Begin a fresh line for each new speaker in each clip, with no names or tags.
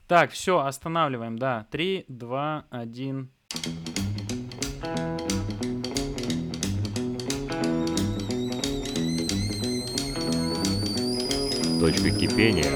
Так, все, останавливаем, да. 3, 2, 1.
Точка кипения.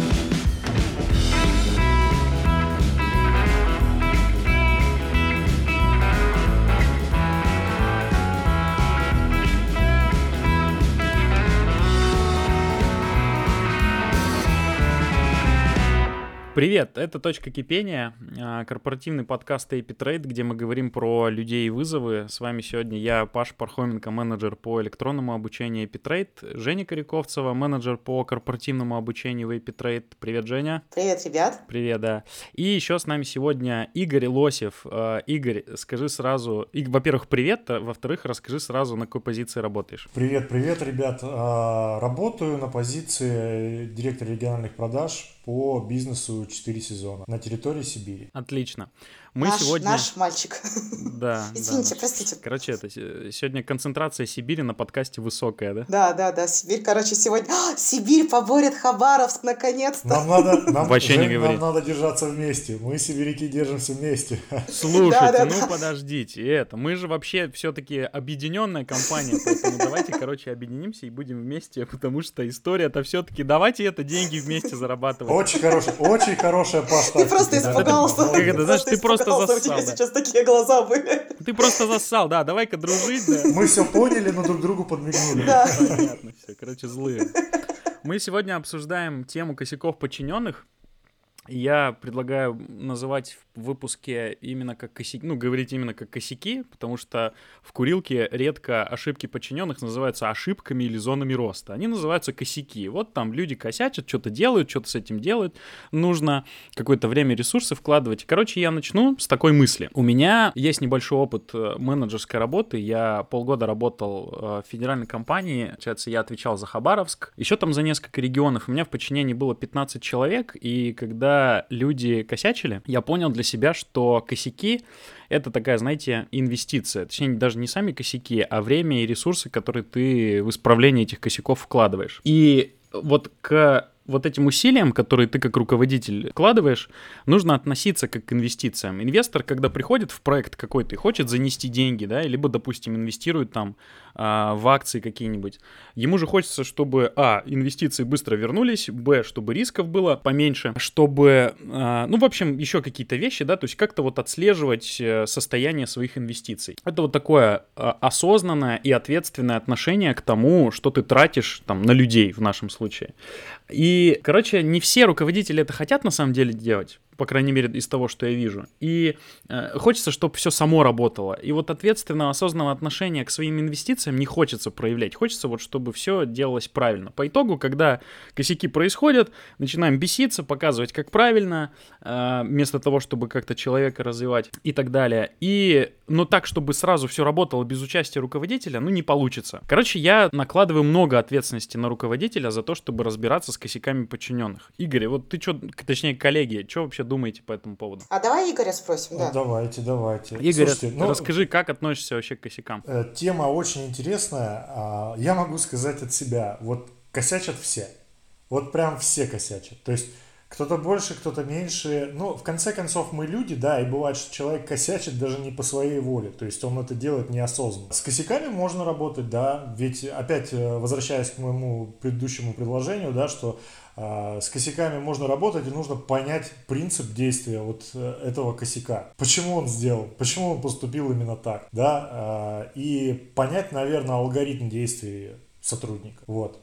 Привет, это «Точка кипения», корпоративный подкаст AP Trade, где мы говорим про людей и вызовы. С вами сегодня я, Паша Пархоменко, менеджер по электронному обучению AP Trade, Женя Коряковцева, менеджер по корпоративному обучению в AP Trade. Привет, Женя.
Привет, ребят.
Привет, да. И еще с нами сегодня Игорь Лосев. Игорь, скажи сразу, во-первых, привет, во-вторых, расскажи сразу, на какой позиции работаешь.
Привет, ребят. Работаю на позиции директора региональных продаж по бизнесу 4 сезона на территории Сибири.
Отлично.
Наш мальчик.
Да.
Извините, простите.
Короче, сегодня концентрация Сибири на подкасте высокая, да?
Да, Сибирь, сегодня... Сибирь поборет Хабаровск, наконец-то.
Нам надо держаться вместе. Мы, сибиряки, держимся вместе.
Слушайте, подождите, мы же вообще все-таки объединенная компания, поэтому давайте, объединимся и будем вместе, потому что история-то все-таки давайте деньги вместе зарабатывать.
Очень хорошая паста.
Ты просто испугался.
Ты просто зассал.
У тебя сейчас такие глаза были.
Ты просто зассал, да, давай-ка дружить, да.
Мы все поняли, но друг другу подмигнули.
Да.
Понятно все, злые. Мы сегодня обсуждаем тему косяков подчиненных. Я предлагаю называть в выпуске именно как косяки, говорить именно как косяки, потому что в курилке редко ошибки подчиненных называются ошибками или зонами роста. Они называются косяки. Вот там люди косячат, что-то делают, что-то с этим делают. Нужно какое-то время, ресурсы вкладывать. Короче, я начну с такой мысли. У меня есть небольшой опыт менеджерской работы. Я полгода работал в федеральной компании. Получается, я отвечал за Хабаровск. Еще там за несколько регионов. У меня в подчинении было 15 человек. И когда люди косячили, я понял для себя, что косяки — это такая, знаете, инвестиция. Точнее, даже не сами косяки, а время и ресурсы, которые ты в исправление этих косяков вкладываешь. И вот к этим усилиям, которые ты как руководитель вкладываешь, нужно относиться как к инвестициям. Инвестор, когда приходит в проект какой-то и хочет занести деньги, да, либо, допустим, инвестирует там в акции какие-нибудь, ему же хочется, чтобы, инвестиции быстро вернулись, чтобы рисков было поменьше, чтобы, в общем, еще какие-то вещи, да, то есть как-то отслеживать состояние своих инвестиций. Это такое осознанное и ответственное отношение к тому, что ты тратишь там на людей в нашем случае. И, не все руководители это хотят на самом деле делать, по крайней мере, из того, что я вижу. И хочется, чтобы все само работало. И ответственного, осознанного отношения к своим инвестициям не хочется проявлять. Хочется, чтобы все делалось правильно. По итогу, когда косяки происходят, начинаем беситься, показывать, как правильно, вместо того, чтобы как-то человека развивать и так далее. Но так, чтобы сразу все работало без участия руководителя, не получится. Я накладываю много ответственности на руководителя за то, чтобы разбираться с косяками подчиненных. Игорь, ты что, точнее, коллеги, что вообще думаете по этому поводу?
А давай Игоря спросим, да.
Давайте.
Игорь, расскажи, как относишься вообще к косякам?
Тема очень интересная. Я могу сказать от себя. Косячат все. Прям все косячат. То есть кто-то больше, кто-то меньше. В конце концов, мы люди, да, и бывает, что человек косячит даже не по своей воле. То есть он это делает неосознанно. С косяками можно работать, да. Ведь, опять, возвращаясь к моему предыдущему предложению, да, что с косяками можно работать, и нужно понять принцип действия этого косяка. Почему он сделал, почему он поступил именно так, да, и понять, наверное, алгоритм действий сотрудника.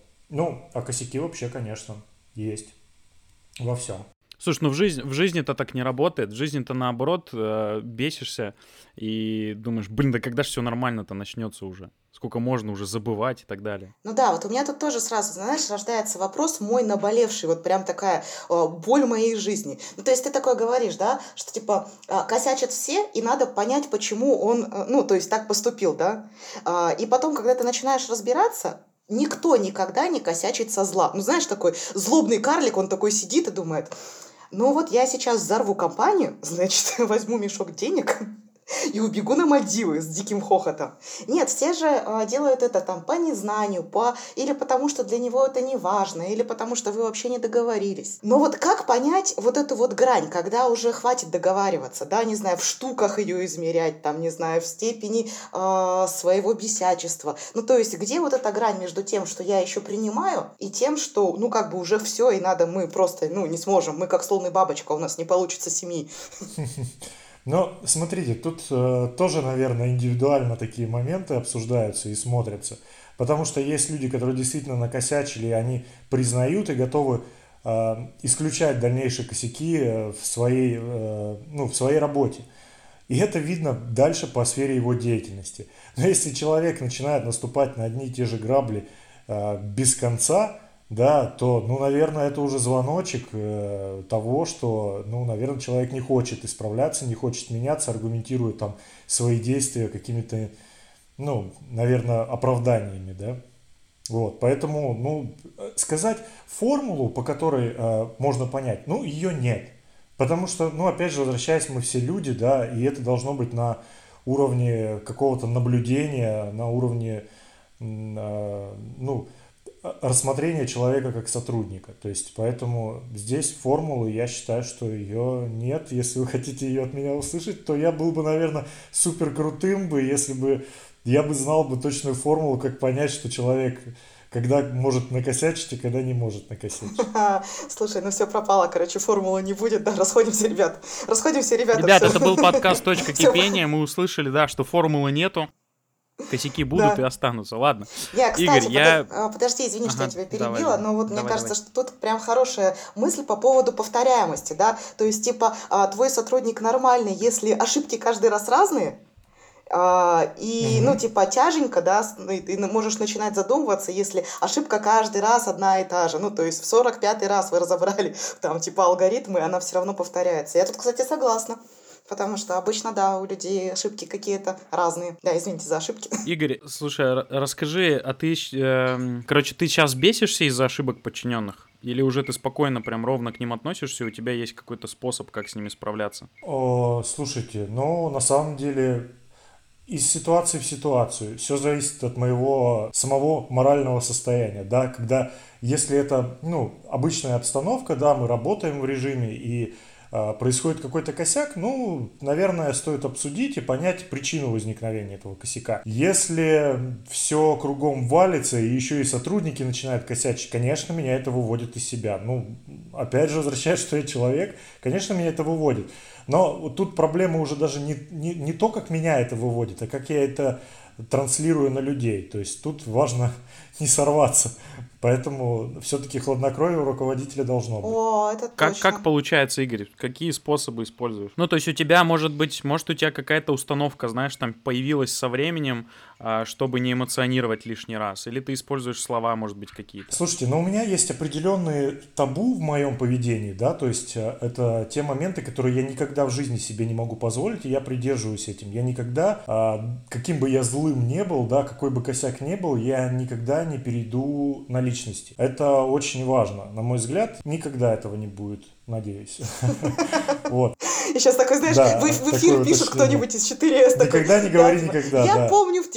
А косяки вообще, конечно, есть во всем.
Слушай, в жизни-то так не работает. В жизни-то наоборот бесишься и думаешь, да когда же все нормально-то начнется уже? Сколько можно уже забывать и так далее.
У меня тут тоже сразу, рождается вопрос мой наболевший, прям такая боль моей жизни. То есть ты такое говоришь, да, что косячат все, и надо понять, почему он, так поступил, да. И потом, когда ты начинаешь разбираться, никто никогда не косячит со зла. Такой злобный карлик, он такой сидит и думает, я сейчас взорву компанию, возьму мешок денег и убегу на Мальдивы с диким хохотом. Нет, все же делают это там по незнанию, или потому что для него это не важно, или потому что вы вообще не договорились. Но вот как понять вот эту вот грань, когда уже хватит договариваться, да, не знаю, в штуках ее измерять, там, не знаю, в степени своего бесячества. Ну, то есть, где вот эта грань между тем, что я еще принимаю, и тем, что, ну, как бы уже все, и надо, мы просто, ну, не сможем, мы как слон и бабочка, у нас не получится семьи.
Но смотрите, тут тоже, наверное, индивидуально такие моменты обсуждаются и смотрятся. Потому что есть люди, которые действительно накосячили, и они признают и готовы исключать дальнейшие косяки в своей работе. И это видно дальше по сфере его деятельности. Но если человек начинает наступать на одни и те же грабли без конца, да, то, ну, наверное, это уже звоночек того, что, ну, наверное, человек не хочет исправляться, не хочет меняться, аргументирует там свои действия какими-то, ну, наверное, оправданиями, да. Вот, поэтому, ну, сказать формулу, по которой можно понять, ну, ее нет. Потому что, ну, опять же, возвращаясь, мы все люди, да, и это должно быть на уровне какого-то наблюдения, на уровне, ну, рассмотрения человека как сотрудника. То есть, поэтому здесь формулы, я считаю, что ее нет. Если вы хотите ее от меня услышать, то я был бы, наверное, супер крутым бы, если бы я бы знал бы точную формулу, как понять, что человек когда может накосячить и когда не может накосячить.
Слушай, ну все пропало, короче, формулы не будет, да, расходимся, ребят. Расходимся, ребята.
Ребят, это был подкаст «Точка кипения», мы услышали, да, что формулы нету. Косяки будут и останутся. Ладно.
Кстати,
Игорь,
подожди, извини, что я тебя перебила,
давай,
но вот мне
давай.
кажется, что тут прям хорошая мысль по поводу повторяемости, да, то есть, типа, твой сотрудник нормальный, если ошибки каждый раз разные, ну, типа, тяженько, да, и ты можешь начинать задумываться, если ошибка каждый раз одна и та же, ну, то есть в 45-й раз вы разобрали, там, типа, алгоритмы, она все равно повторяется. Я тут, кстати, согласна. Потому что обычно, да, у людей ошибки какие-то разные. Да, извините за ошибки.
Игорь, слушай, расскажи, а ты, короче, ты сейчас бесишься из-за ошибок подчиненных? Или уже ты спокойно, прям ровно к ним относишься, и у тебя есть какой-то способ, как с ними справляться?
Слушайте, ну, на самом деле, из ситуации в ситуацию. Все зависит от моего самого морального состояния, да, когда, если это, ну, обычная обстановка, да, мы работаем в режиме, и происходит какой-то косяк, ну, наверное, стоит обсудить и понять причину возникновения этого косяка. Если все кругом валится, и еще и сотрудники начинают косячить, конечно, меня это выводит из себя. Ну, опять же, возвращаясь, что я человек, конечно, меня это выводит. Но вот тут проблема уже даже не то, как меня это выводит, а как я это транслирую на людей. То есть тут важно не сорваться. Поэтому все-таки хладнокровие у руководителя должно быть.
О, это точно.
Как получается, Игорь? Какие способы используешь? Ну, то есть у тебя, может у тебя какая-то установка, знаешь, там появилась со временем, чтобы не эмоционировать лишний раз? Или ты используешь слова, может быть, какие-то?
Слушайте, ну у меня есть определенные табу в моем поведении, да, то есть это те моменты, которые я никогда в жизни себе не могу позволить, и я придерживаюсь этим. Я никогда, каким бы я злым не был, да, какой бы косяк не был, я никогда не перейду на личности. Это очень важно, на мой взгляд, никогда этого не будет, надеюсь. Вот.
И сейчас такой, знаешь, в эфир пишет кто-нибудь из 4С.
Никогда не говори никогда.
Я помню в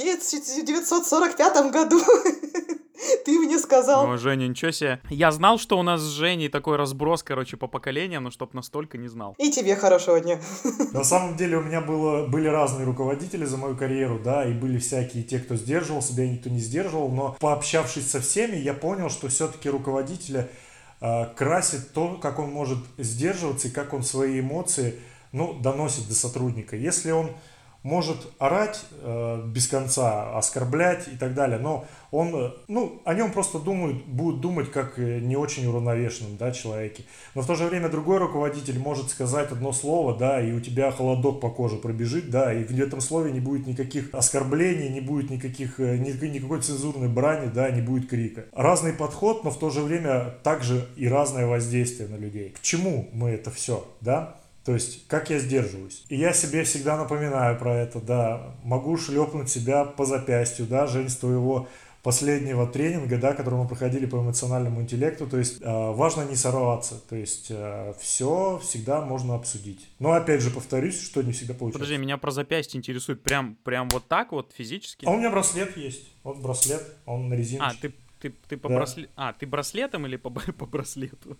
1945 году ты мне сказал.
О, Женя, ничего себе. Я знал, что у нас с Женей такой разброс, короче, по поколениям, но чтоб настолько не знал.
И тебе хорошего дня.
На самом деле у меня были разные руководители за мою карьеру, да, и были всякие те, кто сдерживал себя, и никто не сдерживал, но пообщавшись со всеми, я понял, что все-таки руководителя красит то, как он может сдерживаться и как он свои эмоции, ну, доносит до сотрудника. Если он может орать без конца, оскорблять и так далее, но он, ну, о нем просто будут думать как не очень уравновешенном, да, человеке. Но в то же время другой руководитель может сказать одно слово, да, и у тебя холодок по коже пробежит, да, и в этом слове не будет никаких оскорблений, не будет никакой цензурной брани, да, не будет крика. Разный подход, но в то же время также и разное воздействие на людей. К чему мы это все, да? То есть, как я сдерживаюсь. И я себе всегда напоминаю про это, да. Могу шлепнуть себя по запястью, да, Жень, с твоего последнего тренинга, да, который мы проходили по эмоциональному интеллекту. То есть важно не сорваться. То есть все всегда можно обсудить. Но опять же повторюсь, что не всегда получается.
Подожди, меня про запястье интересует прям вот так вот физически?
А у меня браслет есть. Вот браслет, он на резиночке.
Ты по
Да.
браслету... ты браслетом или по браслету?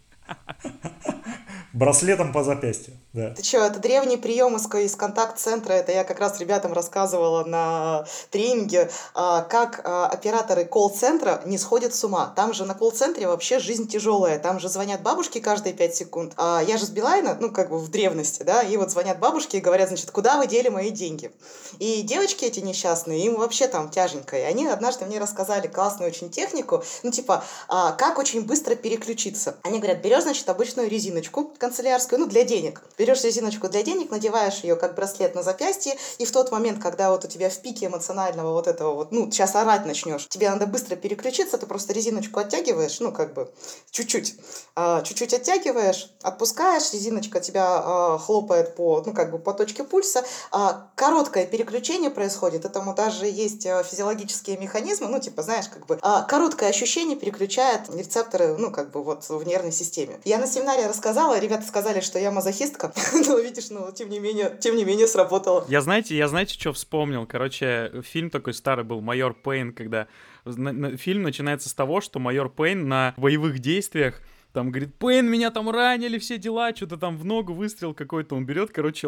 Браслетом по запястью, да.
Ты что, это древний прием из контакт-центра. Это я как раз ребятам рассказывала на тренинге, как операторы колл-центра не сходят с ума. Там же на колл-центре вообще жизнь тяжелая. Там же звонят бабушки каждые 5 секунд. Я же с Билайна, ну, как бы в древности, да, и вот звонят бабушки и говорят, значит, куда вы дели мои деньги? И девочки эти несчастные, им вообще там тяженько. И они однажды мне рассказали классную очень технику, ну, типа, как очень быстро переключиться. Они говорят, берешь, значит, обычную резиночку канцелярскую, ну, для денег. Берешь резиночку для денег, надеваешь ее как браслет на запястье, и в тот момент, когда вот у тебя в пике эмоционального вот этого вот, ну, сейчас орать начнешь, тебе надо быстро переключиться, ты просто резиночку оттягиваешь, ну, как бы, чуть-чуть оттягиваешь, отпускаешь, резиночка тебя хлопает по, ну, как бы, по точке пульса, короткое переключение происходит, этому даже есть физиологические механизмы, ну, типа, знаешь, как бы, короткое ощущение переключает рецепторы, ну, как бы, вот, в нервной системе. Я на семинаре рассказала, ребята сказали, что я мазохистка, но, видишь, ну, тем не менее сработало.
Я знаете, что вспомнил? Короче, фильм такой старый был, «Майор Пейн», когда фильм начинается с того, что майор Пейн на боевых действиях там говорит, Пейн, меня там ранили, все дела, что-то там в ногу выстрел какой-то, он берет, короче,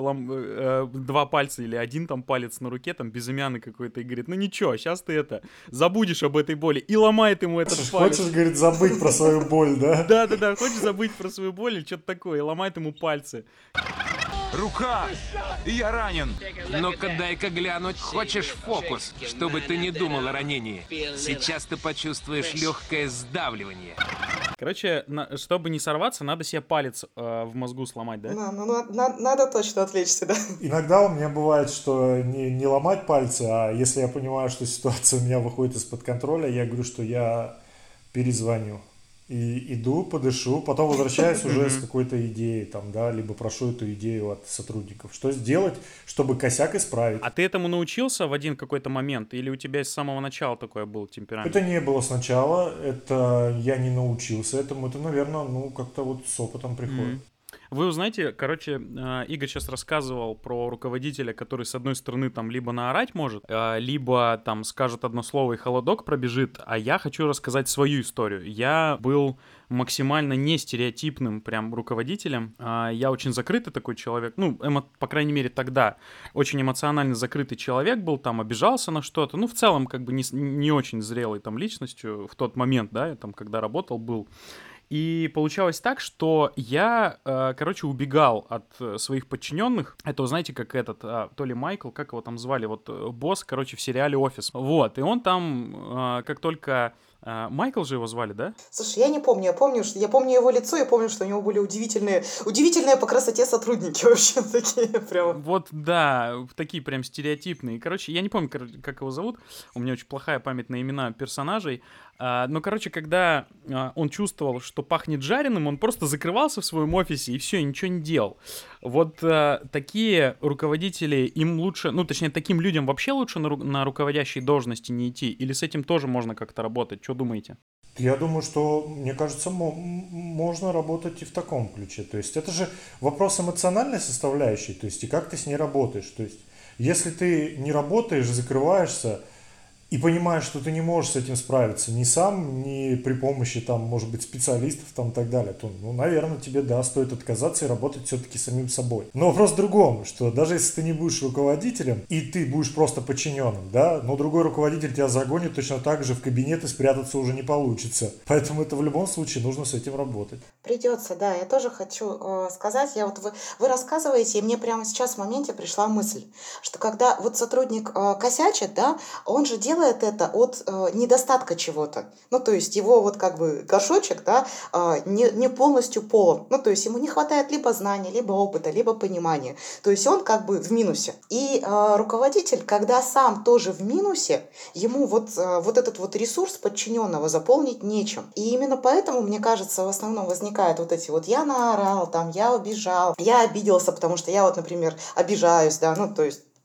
два пальца или один там палец на руке, там безымянный какой-то, и говорит, ну ничего, сейчас ты забудешь об этой боли, и ломает ему этот палец.
Хочешь, говорит, забыть про свою боль, да?
Да, хочешь забыть про свою боль или что-то такое, и ломает ему пальцы.
Рука! Я ранен!
Ну-ка дай-ка глянуть. Хочешь фокус, чтобы ты не думал о ранении? Сейчас ты почувствуешь легкое сдавливание.
Короче, чтобы не сорваться, надо себе палец в мозгу сломать, да?
Надо точно отвлечься, да.
Иногда у меня бывает, что не ломать пальцы, а если я понимаю, что ситуация у меня выходит из-под контроля, я говорю, что я перезвоню. И иду, подышу, потом возвращаюсь уже с какой-то идеей, там, да, либо прошу эту идею от сотрудников. Что сделать, чтобы косяк исправить?
А ты этому научился в один какой-то момент? Или у тебя с самого начала такой был темперамент?
Это не было сначала, это я не научился этому, это, наверное, ну, как-то вот с опытом приходит.
Вы узнаете, короче, Игорь сейчас рассказывал про руководителя, который, с одной стороны, там, либо наорать может, либо, там, скажет одно слово и холодок пробежит, а я хочу рассказать свою историю. Я был максимально не стереотипным прям руководителем. Я очень закрытый такой человек, ну, по крайней мере, тогда очень эмоционально закрытый человек был, там, обижался на что-то, ну, в целом, как бы не очень зрелой там личностью в тот момент, да, я там, когда работал, был. И получалось так, что я, короче, убегал от своих подчиненных. Это, знаете, как то ли Майкл, как его там звали, вот босс, короче, в сериале «Офис». Вот, и он там, как только... Майкл же его звали, да?
Слушай, я не помню, я помню его лицо, я помню, что у него были удивительные по красоте сотрудники вообще такие прямо.
Вот, да, такие прям стереотипные. Короче, я не помню, как его зовут, у меня очень плохая память на имена персонажей, но, короче, когда он чувствовал, что пахнет жареным, он просто закрывался в своем офисе и все, ничего не делал. Вот такие руководители, им лучше, ну, точнее, таким людям вообще лучше на руководящей должности не идти, или с этим тоже можно как-то работать? Что думаете?
Я думаю, что, мне кажется, можно работать и в таком ключе. То есть это же вопрос эмоциональной составляющей, то есть и как ты с ней работаешь. То есть если ты не работаешь, закрываешься и понимаешь, что ты не можешь с этим справиться ни сам, ни при помощи, там, может быть, специалистов там, и так далее, то, ну, наверное, тебе, да, стоит отказаться и работать все-таки самим собой. Но вопрос в другом, что даже если ты не будешь руководителем, и ты будешь просто подчиненным, да, но другой руководитель тебя загонит точно так же в кабинет, и спрятаться уже не получится. Поэтому это в любом случае нужно с этим работать.
Придется, да. Я тоже хочу сказать, вы рассказываете, и мне прямо сейчас в моменте пришла мысль, что когда вот сотрудник косячит, да, он же делает это от недостатка чего-то. Ну, то есть его вот как бы горшочек, да, не полностью полон. Ну, то есть ему не хватает либо знаний, либо опыта, либо понимания. То есть он как бы в минусе. И руководитель, когда сам тоже в минусе, ему вот этот вот ресурс подчиненного заполнить нечем. И именно поэтому, мне кажется, в основном возникают вот эти вот я наорал, там, я убежал, я обиделся, потому что я вот, например, обижаюсь, да, ну, то есть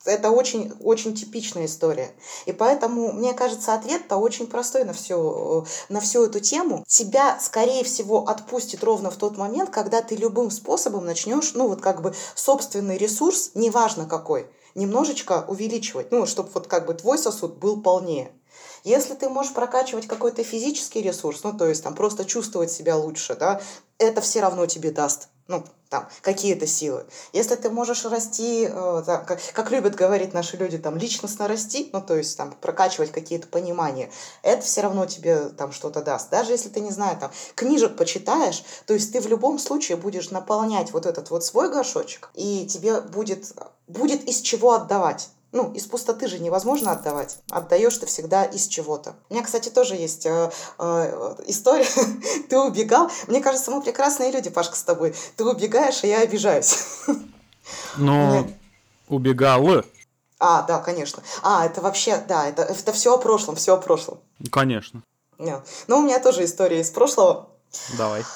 Это очень, очень типичная история. И поэтому, мне кажется, ответ-то очень простой на всю эту тему. Тебя, скорее всего, отпустит ровно в тот момент, когда ты любым способом начнешь, собственный ресурс, неважно какой, немножечко увеличивать, чтобы твой сосуд был полнее. Если ты можешь прокачивать какой-то физический ресурс, то есть просто чувствовать себя лучше, да, это все равно тебе даст, какие-то силы. Если ты можешь расти, как любят говорить наши люди, личностно расти, то есть прокачивать какие-то понимания, это все равно тебе что-то даст. Даже если ты, не знаю, книжек почитаешь, то есть ты в любом случае будешь наполнять вот этот вот свой горшочек, и тебе будет из чего отдавать. Из пустоты же невозможно отдавать. Отдаешь ты всегда из чего-то. У меня, кстати, тоже есть история. Ты убегал. Мне кажется, мы прекрасные люди, Пашка, с тобой. Ты убегаешь, а я обижаюсь.
Убегал.
Да, конечно. Это вообще, да, это все о прошлом, все о прошлом.
Конечно.
У меня тоже история из прошлого.
Давай.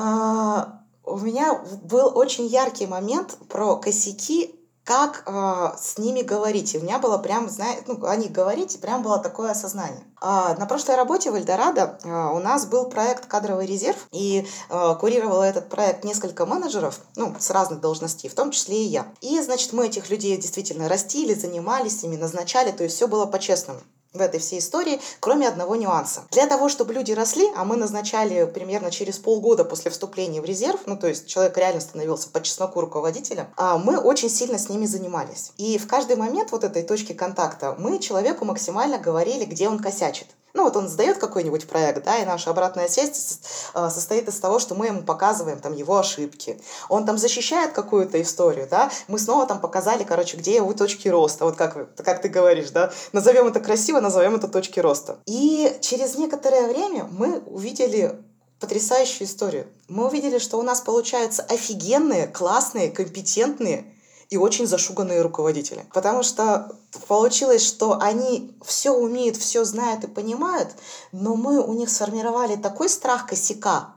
У меня был очень яркий момент про косяки, как с ними говорить. И у меня было прям, о них говорить, и прям было такое осознание. На прошлой работе в Эльдорадо у нас был проект «Кадровый резерв», и курировало этот проект несколько менеджеров, с разных должностей, в том числе и я. И, мы этих людей действительно растили, занимались ими, назначали, то есть все было по-честному в этой всей истории, кроме одного нюанса. Для того, чтобы люди росли, а мы назначали примерно через полгода после вступления в резерв, то есть человек реально становился по чесноку руководителем, мы очень сильно с ними занимались. И в каждый момент вот этой точки контакта мы человеку максимально говорили, где он косячит. Он сдает какой-нибудь проект, да, и наша обратная связь состоит из того, что мы ему показываем его ошибки. Он защищает какую-то историю, да, мы снова показали, где его точки роста, вот как ты говоришь, да, назовем это красиво, назовем это точки роста. И через некоторое время мы увидели потрясающую историю. Мы увидели, что у нас получаются офигенные, классные, компетентные и очень зашуганные руководители. Потому что получилось, что они все умеют, все знают и понимают, но мы у них сформировали такой страх косяка.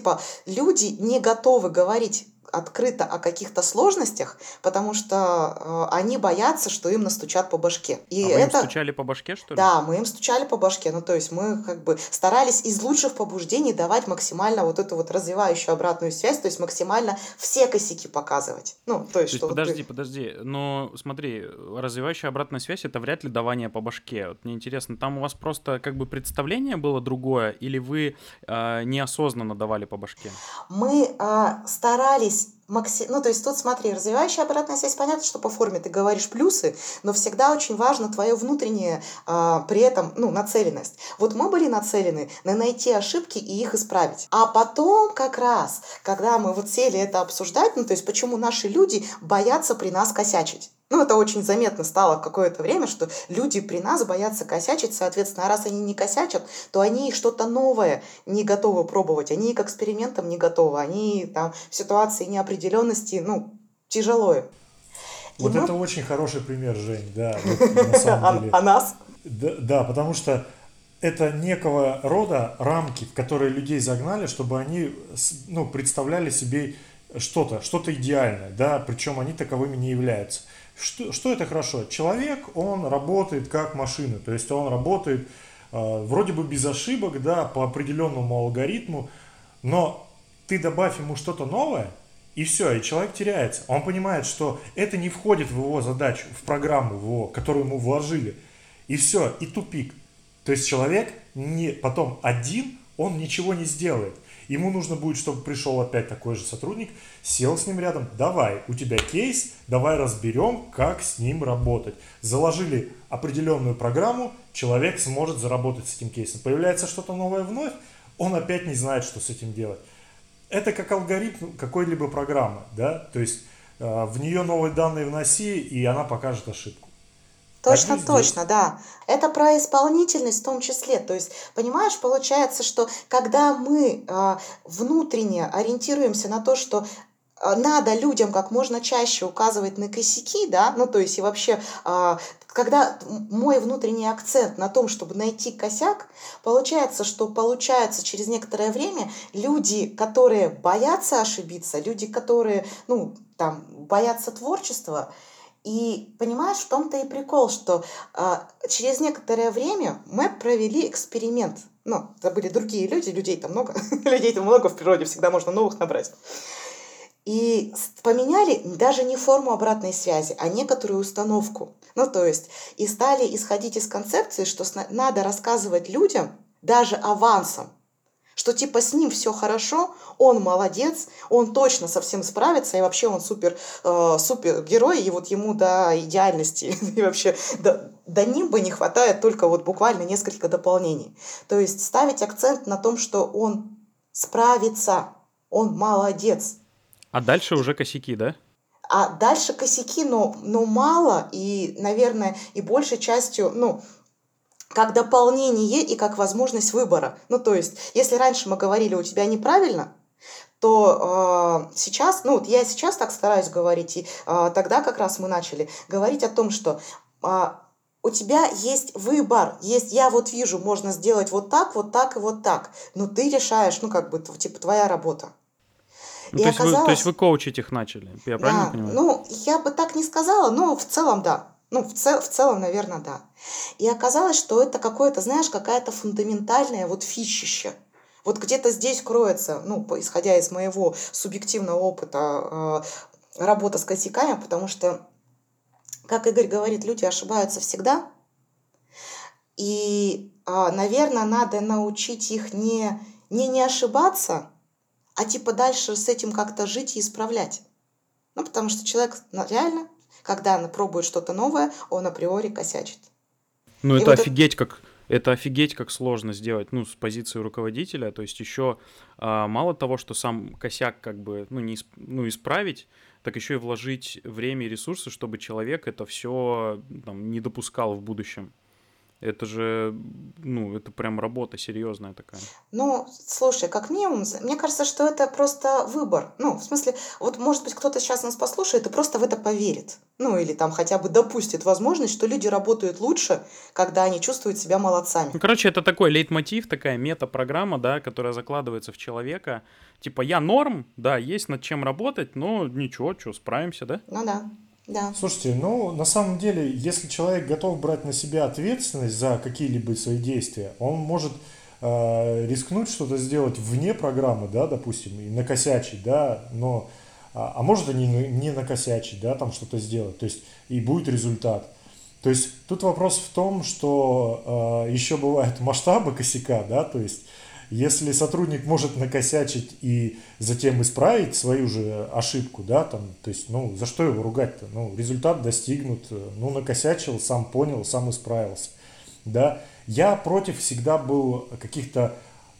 Люди не готовы говорить открыто о каких-то сложностях, потому что они боятся, что им настучат по башке. И
вы им стучали по башке, что ли?
Да, мы им стучали по башке. То есть мы старались из лучших побуждений давать максимально вот эту вот развивающую обратную связь, то есть максимально все косяки показывать. То есть
подожди. Но смотри, развивающая обратная связь — это вряд ли давание по башке. Вот мне интересно, там у вас просто представление было другое, или вы неосознанно давали по башке?
Мы старались то есть тут смотри, развивающая обратная связь, понятно, что по форме ты говоришь плюсы, но всегда очень важно твое внутреннее при этом, нацеленность. Вот мы были нацелены на найти ошибки и их исправить. А потом как раз, когда мы сели это обсуждать, то есть почему наши люди боятся при нас косячить. Это очень заметно стало в какое-то время, что люди при нас боятся косячить, соответственно, а раз они не косячат, то они что-то новое не готовы пробовать, они к экспериментам не готовы, они в ситуации неопределенности, тяжело им.
Это очень хороший пример, Жень, да, на самом деле.
А нас?
Да, потому что это некого рода рамки, в которые людей загнали, чтобы они представляли себе что-то идеальное, да, причем они таковыми не являются. Что это хорошо? Человек, он работает как машина, то есть он работает вроде бы без ошибок, да, по определенному алгоритму, но ты добавь ему что-то новое, и все, и человек теряется. Он понимает, что это не входит в его задачу, в программу, которую ему вложили, и все, и тупик. То есть человек потом один, он ничего не сделает. Ему нужно будет, чтобы пришел опять такой же сотрудник, сел с ним рядом, давай, у тебя кейс, давай разберем, как с ним работать. Заложили определенную программу, человек сможет заработать с этим кейсом. Появляется что-то новое вновь, он опять не знает, что с этим делать. Это как алгоритм какой-либо программы, да, то есть в нее новые данные вноси, и она покажет ошибку.
Точно, да. Это про исполнительность в том числе. То есть, понимаешь, получается, что когда мы внутренне ориентируемся на то, что надо людям как можно чаще указывать на косяки, да, то есть и вообще, когда мой внутренний акцент на том, чтобы найти косяк, получается через некоторое время люди, которые боятся ошибиться, люди, которые, боятся творчества, И понимаешь, в том-то и прикол, что через некоторое время мы провели эксперимент. Ну, это были другие люди, людей-то много, людей-то много в природе, всегда можно новых набрать. И поменяли даже не форму обратной связи, а некоторую установку. Ну, то есть, и стали исходить из концепции, что надо рассказывать людям даже авансом, что типа с ним все хорошо, он молодец, он точно со всем справится, и вообще он супер герой, и вот ему до идеальности, и вообще до нимба не хватает только вот буквально несколько дополнений. То есть ставить акцент на том, что он справится, он молодец.
А дальше уже косяки, да?
А дальше косяки, но мало, и, наверное, и большей частью, ну, как дополнение и как возможность выбора. Ну, то есть, если раньше мы говорили, у тебя неправильно, то сейчас, ну, вот я сейчас так стараюсь говорить, и тогда как раз мы начали говорить о том, что у тебя есть выбор, есть, я вот вижу, можно сделать вот так и вот так, но ты решаешь, ну, как бы, типа, твоя работа.
Ну, то есть вы коучить их начали, я правильно понимаю?
Ну, я бы так не сказала, но в целом да. Ну, в целом, наверное, да. И оказалось, что это какое-то, знаешь, какая-то фундаментальная вот фичища. Вот где-то здесь кроется, ну, исходя из моего субъективного опыта, работа с косяками, потому что, как Игорь говорит, люди ошибаются всегда. И, наверное, надо научить их не ошибаться, а типа дальше с этим как-то жить и исправлять. Ну, потому что человек реально, когда он пробует что-то новое, он априори косячит.
Ну, это офигеть, как сложно сделать, ну, с позиции руководителя. То есть еще мало того, что сам косяк как бы, исправить, так еще и вложить время и ресурсы, чтобы человек это все не допускал в будущем. Это же, это прям работа серьезная такая.
Ну, слушай, как минимум, мне кажется, что это просто выбор. Ну, в смысле, вот, может быть, кто-то сейчас нас послушает и просто в это поверит. Ну, или там хотя бы допустит возможность, что люди работают лучше, когда они чувствуют себя молодцами.
Ну, короче, это такой лейтмотив, такая мета-программа, да, которая закладывается в человека. Типа, я норм, да, есть над чем работать, но ничего, справимся, да?
Ну да. Да.
Слушайте, на самом деле, если человек готов брать на себя ответственность за какие-либо свои действия, он может рискнуть что-то сделать вне программы, да, допустим, и накосячить, да, но, а может и не накосячить, да, там что-то сделать, то есть и будет результат. То есть тут вопрос в том, что еще бывают масштабы косяка, да, то есть если сотрудник может накосячить и затем исправить свою же ошибку, да, там, то есть, за что его ругать-то? Результат достигнут, накосячил, сам понял, сам исправился, да. Я против всегда был каких-то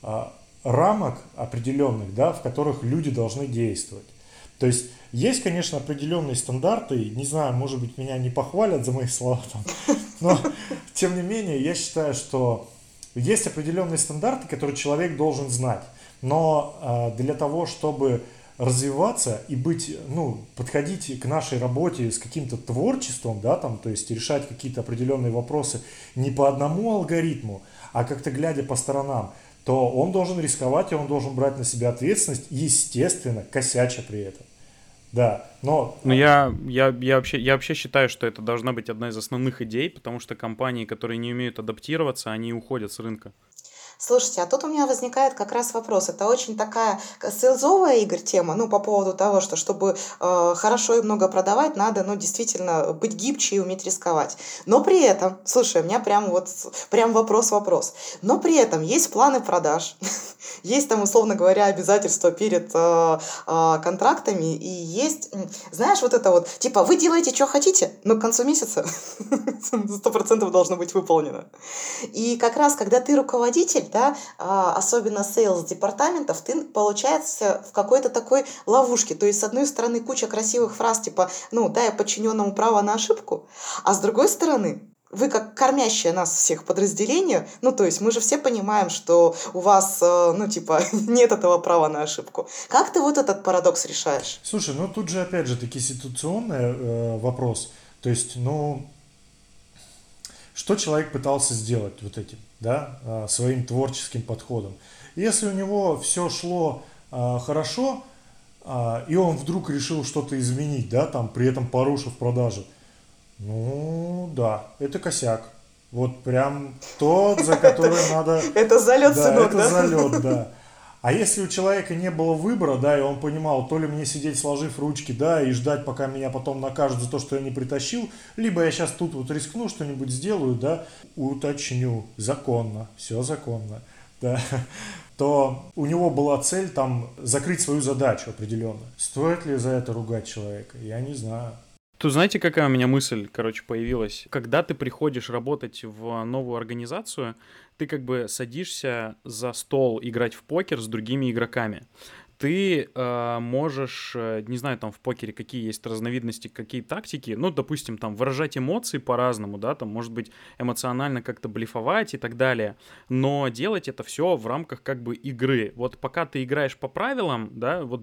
рамок определенных, да, в которых люди должны действовать. То есть, конечно, определенные стандарты, не знаю, может быть, меня не похвалят за мои слова, но, тем не менее, я считаю, что есть определенные стандарты, которые человек должен знать, но для того, чтобы развиваться и подходить к нашей работе с каким-то творчеством, да, там, то есть решать какие-то определенные вопросы не по одному алгоритму, а как-то глядя по сторонам, то он должен рисковать, и он должен брать на себя ответственность, естественно, косяча при этом. Да, но...
Я вообще считаю, что это должна быть одна из основных идей, потому что компании, которые не умеют адаптироваться, они уходят с рынка.
Слушайте, а тут у меня возникает как раз вопрос. Это очень такая сейлзовая, Игорь, тема, по поводу того, что чтобы хорошо и много продавать, надо, действительно быть гибче и уметь рисковать. Но при этом, слушай, у меня прям вопрос. Но при этом есть планы продаж, есть там, условно говоря, обязательства перед контрактами, и есть, знаешь, вот это вот, типа, вы делаете, что хотите, но к концу месяца 100% должно быть выполнено. И как раз, когда ты руководитель, да, особенно сейлс-департаментов, ты, получается, в какой-то такой ловушке. То есть, с одной стороны, куча красивых фраз, типа, дай подчиненному право на ошибку, а с другой стороны, вы как кормящее нас всех подразделение, то есть мы же все понимаем, что у вас, нет этого права на ошибку. Как ты вот этот парадокс решаешь?
Слушай, тут же опять же таки ситуационный вопрос. То есть, что человек пытался сделать вот этим, да, своим творческим подходом. Если у него все шло хорошо, и он вдруг решил что-то изменить, да, там, при этом порушив продажи, Ну, да, это косяк. Вот прям тот, за который надо...
Это залет,
Да,
сынок,
это
да?
залет, да. А если у человека не было выбора, да, и он понимал, то ли мне сидеть сложив ручки, да, и ждать, пока меня потом накажут за то, что я не притащил, либо я сейчас тут вот рискну, что-нибудь сделаю, да, уточню, законно, все законно, да, то у него была цель там закрыть свою задачу определенно. Стоит ли за это ругать человека? Я не знаю.
Тут знаете, какая у меня мысль, появилась? Когда ты приходишь работать в новую организацию, ты как бы садишься за стол играть в покер с другими игроками. Ты можешь, не знаю, там в покере какие есть разновидности, какие тактики, ну, допустим, там выражать эмоции по-разному, да, там, может быть, эмоционально как-то блефовать и так далее, но делать это все в рамках как бы игры. Вот пока ты играешь по правилам, да, вот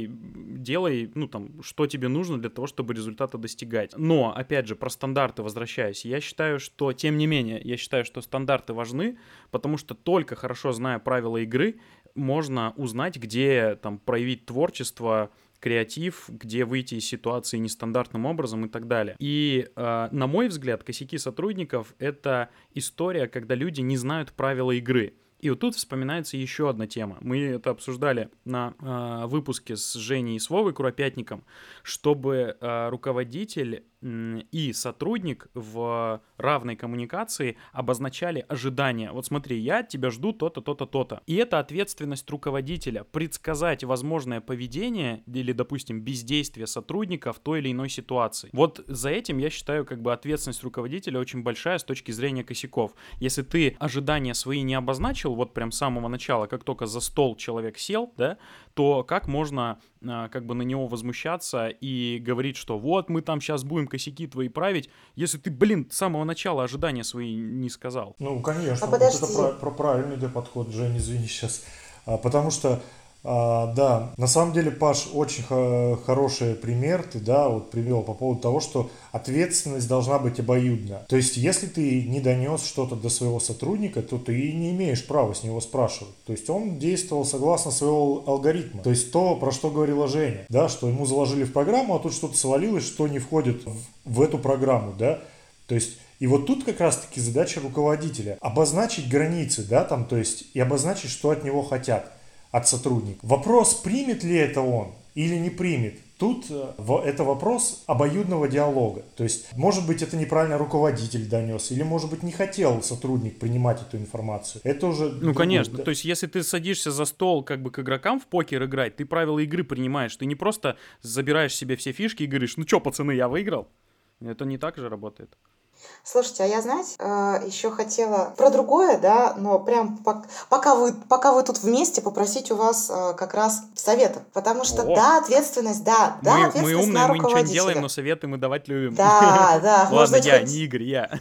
делай, ну, там, что тебе нужно для того, чтобы результата достигать. Но, опять же, про стандарты возвращаясь, я считаю, что, тем не менее, что стандарты важны, потому что только хорошо зная правила игры, можно узнать, где там проявить творчество, креатив, где выйти из ситуации нестандартным образом и так далее. И, на мой взгляд, косяки сотрудников — это история, когда люди не знают правила игры. И вот тут вспоминается еще одна тема. Мы это обсуждали на выпуске с Женей и с Вовой Куропятником, чтобы руководитель и сотрудник в равной коммуникации обозначали ожидания. Вот смотри, я от тебя жду то-то, то-то, то-то. И это ответственность руководителя предсказать возможное поведение или, допустим, бездействие сотрудника в той или иной ситуации. Вот за этим, я считаю, как бы ответственность руководителя очень большая с точки зрения косяков. Если ты ожидания свои не обозначил вот прям с самого начала, как только за стол человек сел, да, то как можно как бы на него возмущаться и говорить, что вот мы там сейчас будем косяки твои править, если ты, с самого начала ожидания свои не сказал.
Ну, конечно,
А
вот
подожди.
это правильный подход, Жень, извини сейчас. Потому что, да, на самом деле, Паш, очень хороший пример ты, да, вот привел по поводу того, что ответственность должна быть обоюдна. То есть, если ты не донес что-то до своего сотрудника, то ты не имеешь права с него спрашивать. То есть, он действовал согласно своего алгоритма. То есть, то, про что говорила Женя, да, что ему заложили в программу, а тут что-то свалилось, что не входит в эту программу, да. То есть, и вот тут как раз-таки задача руководителя обозначить границы, да, там, то есть, и обозначить, что от него хотят, от сотрудника. Вопрос, примет ли это он или не примет, тут это вопрос обоюдного диалога. То есть, может быть, это неправильно руководитель донес, или, может быть, не хотел сотрудник принимать эту информацию. Это уже...
Ну, конечно. Да. То есть, если ты садишься за стол как бы к игрокам в покер играть, ты правила игры принимаешь. Ты не просто забираешь себе все фишки и говоришь, ну что, пацаны, я выиграл. Это не так же работает.
Слушайте, а я, знаете, еще хотела про другое, да, но прям пока вы тут вместе, попросить у вас как раз совета. Потому что, да, ответственность, ответственность
мы умные,
на
мы ничего не
руководителя.
делаем, но советы мы давать любим.
Да.
Ладно, я, не Игорь, я.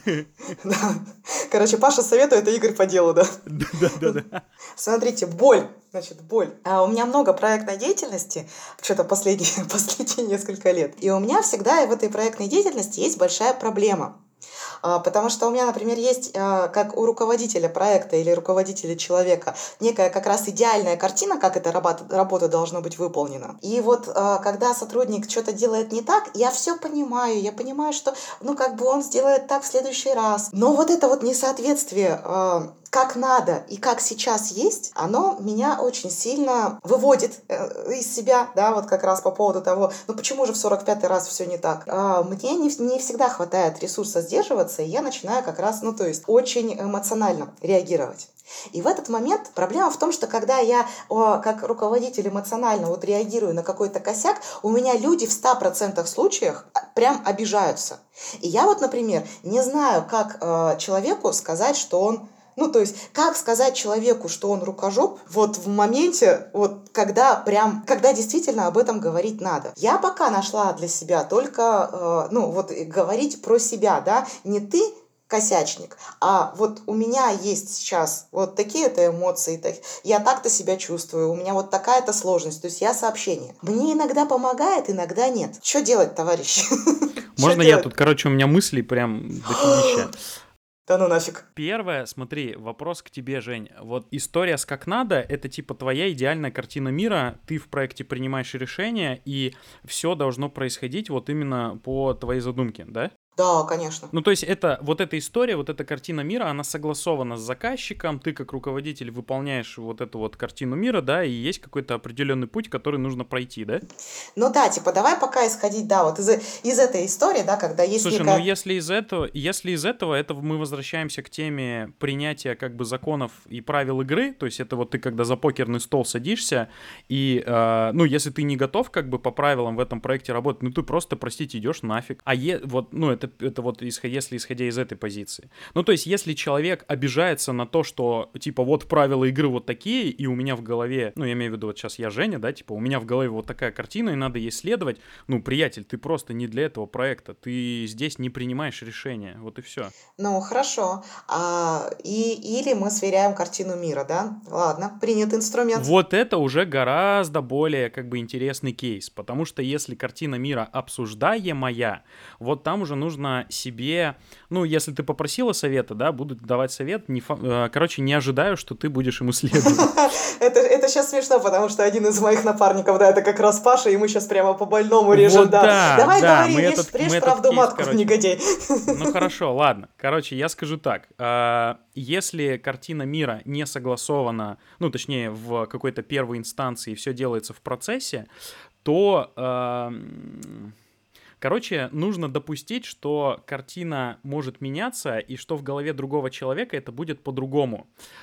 Короче, Паша советует, а Игорь по делу, да?
Да.
Смотрите, боль. Боль. У меня много проектной деятельности, что-то последние несколько лет. И у меня всегда в этой проектной деятельности есть большая проблема. Потому что у меня, например, есть, как у руководителя проекта или руководителя человека, некая как раз идеальная картина, как эта работа должна быть выполнена. И вот когда сотрудник что-то делает не так, я все понимаю, я понимаю, что он сделает так в следующий раз. Но вот это вот несоответствие как надо и как сейчас есть, оно меня очень сильно выводит из себя, да, вот как раз по поводу того, почему же в 45-й раз все не так. Мне не всегда хватает ресурса сдерживаться, и я начинаю как раз, очень эмоционально реагировать. И в этот момент проблема в том, что когда я как руководитель эмоционально реагирую на какой-то косяк, у меня люди в 100% случаях прям обижаются. И я например, не знаю, как человеку сказать, что он как сказать человеку, что он рукожоп, в моменте, когда действительно об этом говорить надо. Я пока нашла для себя только, говорить про себя, да, не ты косячник, а у меня есть сейчас такие-то эмоции, я так-то себя чувствую, у меня такая-то сложность, то есть я сообщение. Мне иногда помогает, иногда нет. Что делать, товарищи?
Можно я тут, у меня мысли прям дофигища.
Да ну нафиг.
Первое, смотри, вопрос к тебе, Жень. Вот история с «как надо» — это типа твоя идеальная картина мира, ты в проекте принимаешь решения, и все должно происходить именно по твоей задумке, да?
Да, конечно.
Ну, то есть это вот эта история, вот эта картина мира, она согласована с заказчиком, ты как руководитель выполняешь вот эту вот картину мира, да, и есть какой-то определенный путь, который нужно пройти, да?
Ну да, типа, давай пока исходить, да, вот из этой истории, да, когда есть
Слушай, ну
некая...
если из этого, это мы возвращаемся к теме принятия как бы законов и правил игры, то есть это вот ты когда за покерный стол садишься, и, ну, если ты не готов как бы по правилам в этом проекте работать, ну, ты просто, простите, идешь нафиг. Вот, ну, это вот если исходя из этой позиции. Ну, то есть если человек обижается на то, что, типа, вот правила игры вот такие, и у меня в голове, ну, я имею в виду, вот сейчас я Женя, да, типа, у меня в голове вот такая картина, и надо ей следовать, ну, приятель, ты просто не для этого проекта, ты здесь не принимаешь решения, вот и все.
Ну, хорошо. Или мы сверяем картину мира, да? Ладно, принят инструмент.
Вот это уже гораздо более как бы интересный кейс, потому что если картина мира обсуждаемая, вот там уже нужно себе, ну, если ты попросила совета, да, будут давать совет, короче, не ожидаю, что ты будешь ему следовать.
Это сейчас смешно, потому что один из моих напарников, да, это как раз Паша, и мы сейчас прямо по больному режем,
Вот да,
Давай
да,
говори,
мы
режь
этот
правду
кейс,
матку,
короче.
негодяй.
Ну хорошо, ладно. Короче, я скажу так. Если картина мира не согласована, ну точнее в какой-то первой инстанции все делается в процессе, то, короче, нужно допустить, что картина может меняться и что в голове другого человека это будет по-другому.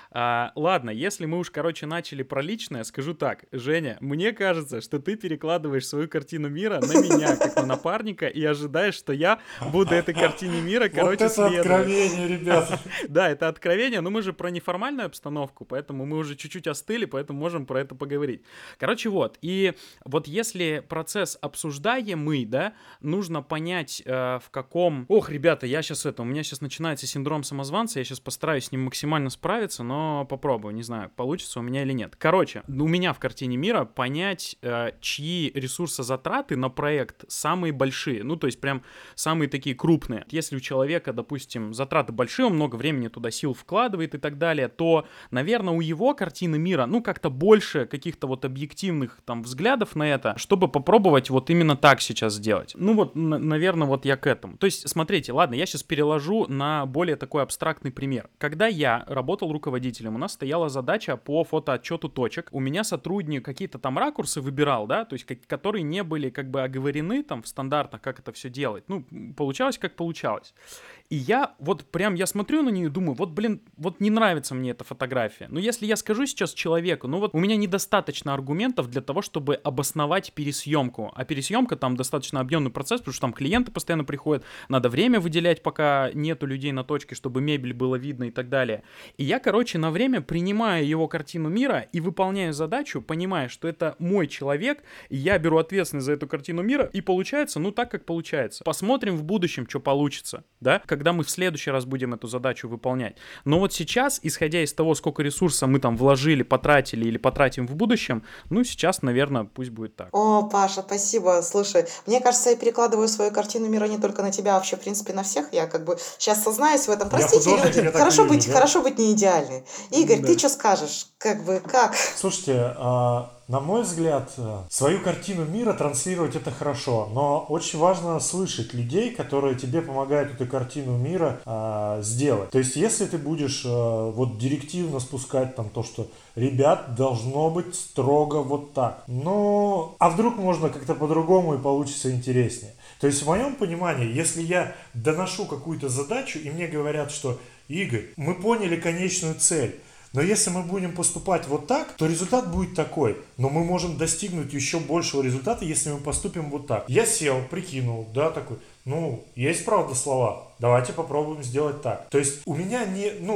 Ладно, если мы уж, короче, начали про личное, скажу так. Женя, мне кажется, что ты перекладываешь свою картину мира на меня, как на напарника, и ожидаешь, что я буду этой картине мира, короче, следовать.
Вот это откровение, ребята.
Да, это откровение, но мы же про неформальную обстановку, поэтому мы уже чуть-чуть остыли, поэтому можем про это поговорить. Короче, вот, и вот если процесс обсуждаемый, да, нужно понять, в каком... Ох, ребята, у меня сейчас начинается синдром самозванца, я сейчас постараюсь с ним максимально справиться, но попробую, не знаю, получится у меня или нет. Короче, у меня в картине мира понять, чьи ресурсозатраты на проект самые большие, ну, то есть прям самые такие крупные. Если у человека, допустим, затраты большие, он много времени туда сил вкладывает и так далее, то, наверное, у его картины мира, ну, как-то больше каких-то вот объективных там взглядов на это, чтобы попробовать вот именно так сейчас сделать. Ну, вот, наверное, вот я к этому. То есть, смотрите, ладно, я сейчас переложу на более такой абстрактный пример. Когда я работал руководителем, у нас стояла задача по фотоотчету точек. У меня сотрудник какие-то там ракурсы выбирал, да, то есть которые не были как бы оговорены там в стандартах, как это все делать. Ну, получалось как получалось. И я я смотрю на нее и думаю, вот, блин, вот не нравится мне эта фотография. Но если я скажу сейчас человеку, ну вот у меня недостаточно аргументов для того, чтобы обосновать пересъемку. А пересъемка там достаточно объемный процесс, потому что там клиенты постоянно приходят, надо время выделять, пока нету людей на точке, чтобы мебель было видно и так далее. И я, короче, на время принимаю его картину мира и выполняю задачу, понимая, что это мой человек, и я беру ответственность за эту картину мира, и получается, ну так, как получается. Посмотрим в будущем, что получится, да, когда мы в следующий раз будем эту задачу выполнять. Но вот сейчас, исходя из того, сколько ресурсов мы там вложили, потратили или потратим в будущем, ну сейчас, наверное, пусть будет так.
О, Паша, спасибо. Слушай, мне кажется, я перекладываю свою картину мира не только на тебя, а вообще, в принципе, на всех. Я как бы сейчас сознаюсь в этом. Простите,
художник,
люди,
я так не вижу, да?
хорошо быть не идеальной. Игорь,
Да.
ты что скажешь? Как?
Слушайте, на мой взгляд, свою картину мира транслировать это хорошо, но очень важно слышать людей, которые тебе помогают эту картину мира сделать. То есть, если ты будешь вот директивно спускать там то, что ребят, должно быть строго вот так. Ну, а вдруг можно как-то по-другому и получится интереснее. То есть, в моем понимании, если я доношу какую-то задачу, и мне говорят, что Игорь, мы поняли конечную цель, но если мы будем поступать вот так, то результат будет такой. Но мы можем достигнуть еще большего результата, если мы поступим вот так. Я сел, прикинул, да, такой, ну, есть правда слова, давайте попробуем сделать так. То есть у меня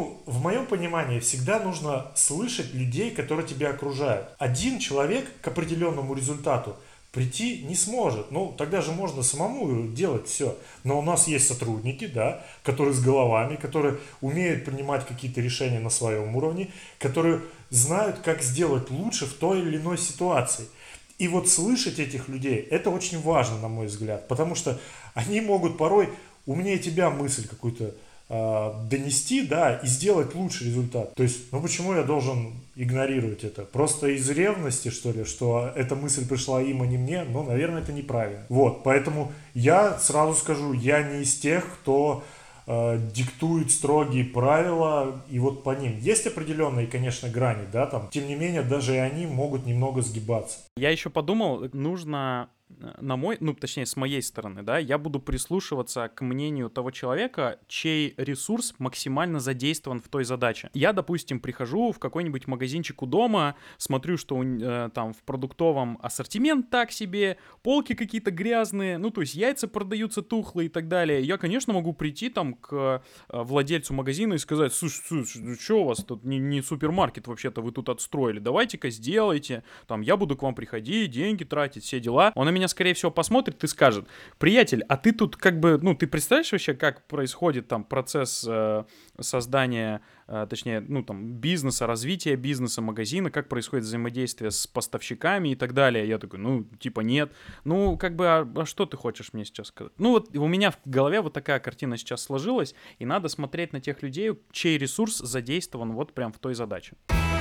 в моем понимании всегда нужно слышать людей, которые тебя окружают. Один человек к определенному результату прийти не сможет. Ну, тогда же можно самому делать все. Но у нас есть сотрудники, да, которые с головами, которые умеют принимать какие-то решения на своем уровне, которые знают, как сделать лучше в той или иной ситуации. И вот слышать этих людей, это очень важно, на мой взгляд, потому что они могут порой умнее тебя мысль какую-то донести, да, и сделать лучший результат. То есть, ну почему я должен игнорировать это? Просто из ревности, что ли, что эта мысль пришла им, а не мне? Ну, наверное, это неправильно. Вот, поэтому я сразу скажу, я не из тех, кто диктует строгие правила, и вот по ним есть определенные, конечно, грани, да, там, тем не менее, даже и они могут немного сгибаться.
Я еще подумал, нужно точнее, с моей стороны, да, я буду прислушиваться к мнению того человека, чей ресурс максимально задействован в той задаче. Я, допустим, прихожу в какой-нибудь магазинчик у дома, смотрю, что там в продуктовом ассортимент так себе, полки какие-то грязные, ну, то есть яйца продаются тухлые и так далее. Я, конечно, могу прийти там к владельцу магазина и сказать: слушай, что у вас тут не супермаркет вообще-то вы тут отстроили, давайте-ка сделайте, там, я буду к вам приходить, деньги тратить, все дела. Он на меня, скорее всего, посмотрит и скажет: приятель, а ты тут как бы, ну, ты представляешь вообще, как происходит там процесс создания, точнее, ну, там, бизнеса, развития бизнеса, магазина, как происходит взаимодействие с поставщиками и так далее. Я такой: ну, типа, нет. Ну, как бы, а что ты хочешь мне сейчас сказать? Ну, вот у меня в голове вот такая картина сейчас сложилась, и надо смотреть на тех людей, чей ресурс задействован вот прям в той задаче.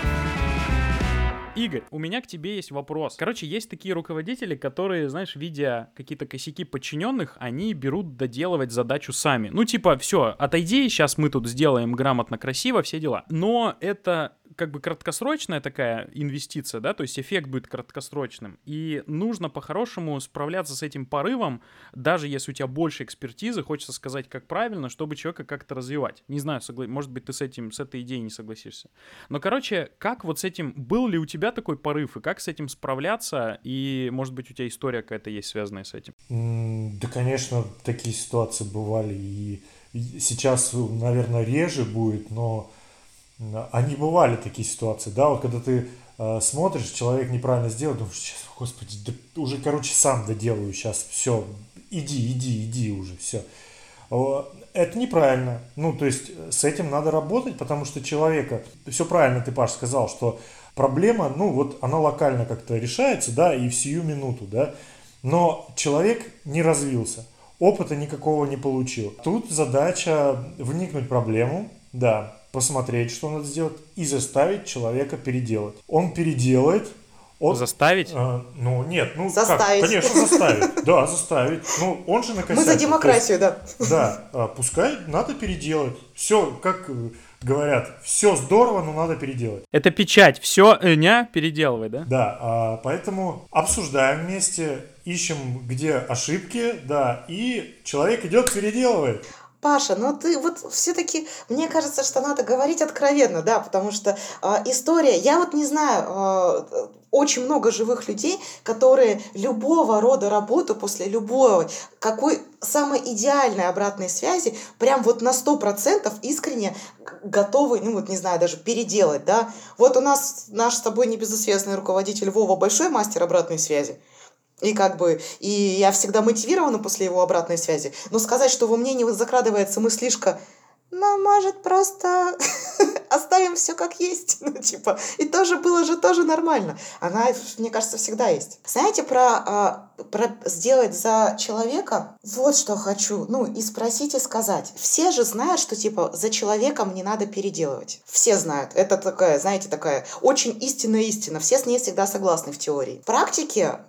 Игорь, у меня к тебе есть вопрос. Короче, есть такие руководители, которые, знаешь, видя какие-то косяки подчиненных, они берут доделывать задачу сами. Ну, типа, все, отойди, сейчас мы тут сделаем грамотно, красиво, все дела. Но это как бы краткосрочная такая инвестиция, да, то есть эффект будет краткосрочным. И нужно по-хорошему справляться с этим порывом, даже если у тебя больше экспертизы, хочется сказать, как правильно, чтобы человека как-то развивать. Не знаю, может быть, ты с этой идеей не согласишься. Но, короче, как вот с этим, был ли у тебя такой порыв, и как с этим справляться, и, может быть, у тебя история какая-то есть, связанная с этим?
Да, конечно, такие ситуации бывали, и сейчас, наверное, реже будет, но они бывали, такие ситуации, да, вот когда ты смотришь, человек неправильно сделал, думаешь: сейчас, господи, да уже, короче, сам доделаю, сейчас, все, иди уже, все. Это неправильно, ну, то есть с этим надо работать, потому что человека, все правильно ты, Паш, сказал, что проблема, ну, вот она локально как-то решается, да, и в сию минуту, да, но человек не развился, опыта никакого не получил. Тут задача вникнуть в проблему, да, посмотреть, что надо сделать, и заставить человека переделать. Он переделает.
Заставить?
Ну, нет, ну
заставить.
Как? Конечно, заставить. Да, заставить. Ну, он же накосячил.
Мы за демократию, да.
Да, пускай надо переделать. Все, как говорят, все здорово, но надо переделать.
Это печать. Все, переделывай, да?
Да, поэтому обсуждаем вместе, ищем, где ошибки, да, и человек идет, переделывает.
Паша, ну ты вот все-таки, мне кажется, что надо говорить откровенно, да, потому что история, я вот не знаю, очень много живых людей, которые любого рода работу после любой, какой самой идеальной обратной связи, прям вот на 100% искренне готовы, ну вот не знаю, даже переделать, да. Вот у нас наш с тобой небезызвестный руководитель Вова большой мастер обратной связи. И я всегда мотивирована после его обратной связи. Но сказать, что во мне не закрадывается мыслишка: ну, может, просто оставим все как есть. Ну, типа, и тоже нормально. Она, мне кажется, всегда есть. Знаете, про сделать за человека, вот что хочу. Ну, и спросить, и сказать. Все же знают, что, типа, за человеком не надо переделывать. Все знают. Это такая, знаете, такая очень истинная истина. Все с ней всегда согласны в теории. В практике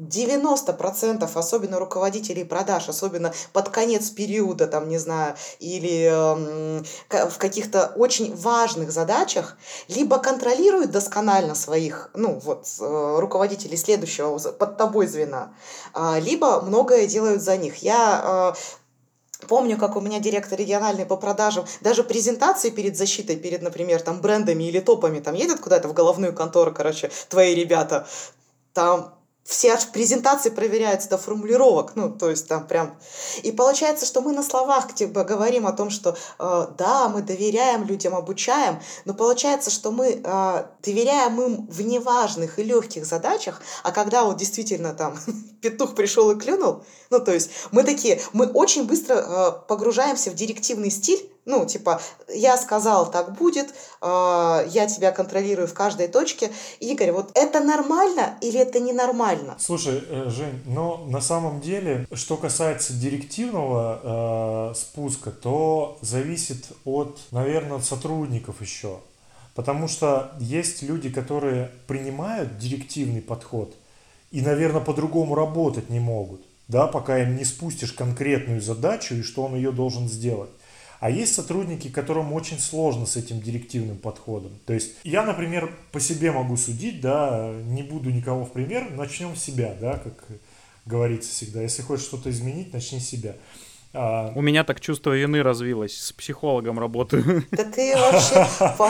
90%, особенно руководителей продаж, особенно под конец периода, там, не знаю, или в каких-то очень важных задачах, либо контролируют досконально своих, ну, вот, руководителей следующего под тобой звена, либо многое делают за них. Я помню, как у меня директор региональный по продажам даже презентации перед защитой, перед, например, там, брендами или топами, там, едет куда-то в головную контору, короче, твои ребята, там все аж презентации проверяются до формулировок, ну, то есть там прям... И получается, что мы на словах типа говорим о том, что да, мы доверяем людям, обучаем, но получается, что мы доверяем им в неважных и легких задачах, а когда вот действительно там петух пришел и клюнул, ну, то есть мы очень быстро погружаемся в директивный стиль, Ну, типа, я сказал, так будет, я тебя контролирую в каждой точке. Игорь, вот это нормально или это ненормально?
Слушай, Жень, но на самом деле, что касается директивного спуска, то зависит от, наверное, сотрудников еще. Потому что есть люди, которые принимают директивный подход и, наверное, по-другому работать не могут, да, пока им не спустишь конкретную задачу и что он ее должен сделать. А есть сотрудники, которым очень сложно с этим директивным подходом. То есть я, например, по себе могу судить, да, не буду никого в пример, начнем с себя, да, как говорится всегда. Если хочешь что-то изменить, начни с себя.
У меня так чувство вины развилось, с психологом работаю.
Да ты вообще...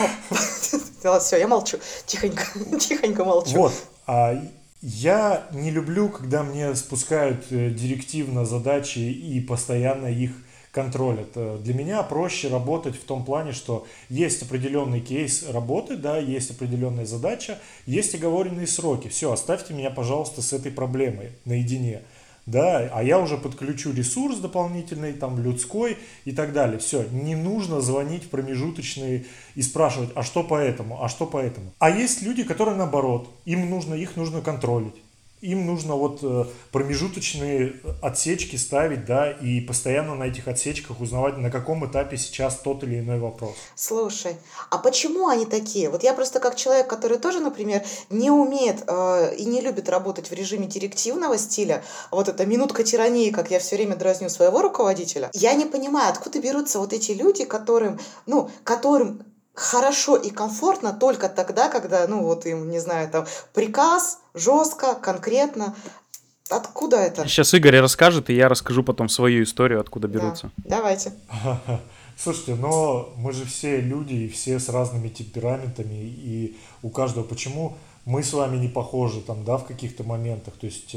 Все, я молчу. Тихонько молчу.
Вот. Я не люблю, когда мне спускают директивно задачи и постоянно их контролят. Для меня проще работать в том плане, что есть определенный кейс работы, да, есть определенная задача, есть оговоренные сроки. Все, оставьте меня, пожалуйста, с этой проблемой наедине. Да, а я уже подключу ресурс дополнительный, там, людской и так далее. Все, не нужно звонить в промежуточные и спрашивать, а что по этому, а что по этому. А есть люди, которые наоборот, их нужно контролить. Им нужно вот промежуточные отсечки ставить, да, и постоянно на этих отсечках узнавать, на каком этапе сейчас тот или иной вопрос.
Слушай, а почему они такие? Вот я просто как человек, который тоже, например, не умеет и не любит работать в режиме директивного стиля, вот эта минутка тирании, как я все время дразню своего руководителя, я не понимаю, откуда берутся вот эти люди, которым хорошо и комфортно только тогда, когда, ну вот им, не знаю, там приказ, жестко, конкретно. Откуда это?
Сейчас Игорь расскажет, и я расскажу потом свою историю, откуда берутся.
Да, давайте.
Слушайте, но мы же все люди, и все с разными темпераментами, и у каждого, почему мы с вами не похожи там, да, в каких-то моментах, то есть